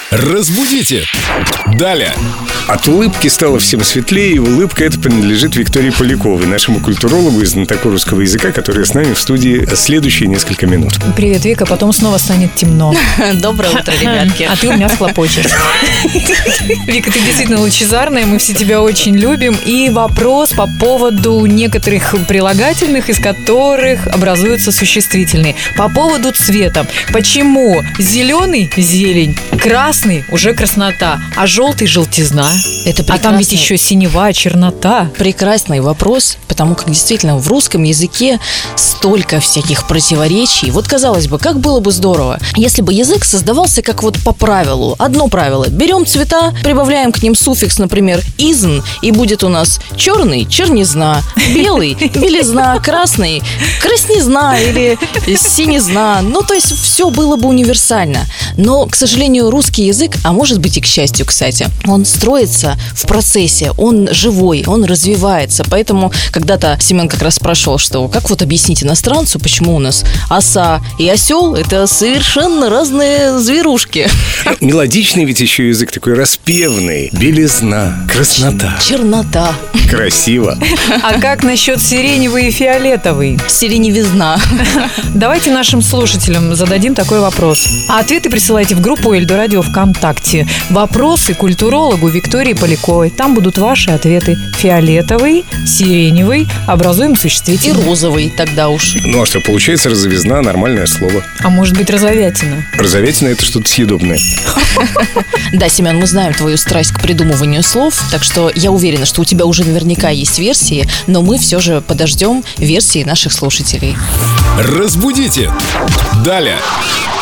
Разбудите! Далее! От улыбки стало всем светлее, и улыбка эта принадлежит Виктории Поляковой, нашему культурологу и знатоку русского языка, которая с нами в студии следующие несколько минут. Привет, Вика, потом снова станет темно. Доброе утро, ребятки. А ты у меня схлопочешь. Вика, ты действительно лучезарная, мы все тебя очень любим. И вопрос по поводу некоторых прилагательных, из которых образуются существительные. По поводу цвета. Почему зеленый – зелень, красный – уже краснота, а желтый – желтизна? Это А там ведь еще синева, чернота. прекрасный вопрос, потому как действительно в русском языке столько всяких противоречий. Вот, казалось бы, как было бы здорово, если бы язык создавался как вот по правилу. Одно правило. Берем цвета, прибавляем к ним суффикс, например, «изн», и будет у нас черный – чернизна, белый – белизна, красный – краснизна или синизна. Ну, то есть все было бы универсально. Но, к сожалению, русский язык, а может быть и к счастью, кстати, он строится в процессе, он живой, он развивается. Поэтому когда-то Семен как раз спрашивал, что как вот объяснить иностранцу, почему у нас оса и осел – это совершенно разные зверушки. Мелодичный ведь еще язык, такой распевный. Белизна, краснота, Чернота, красиво. А как насчет сиреневый и фиолетовый? сиреневизна. Давайте нашим слушателям зададим такой вопрос. А ответы присылайте в группу Эльдо Радио ВКонтакте. Вопросы культурологу Виктории Поляковой. Там будут ваши ответы. Фиолетовый, сиреневый, образуем И существительное. розовый тогда уж. Ну а что, получается розовизна, нормальное слово. А может быть, розовятина? Розовятина – это что-то съедобное. Да, Семен, мы знаем твою страсть к придумыванию слов, так что я уверена, что у тебя уже наверняка есть версии, но мы все же подождем версии наших слушателей. Разбудите! Далее!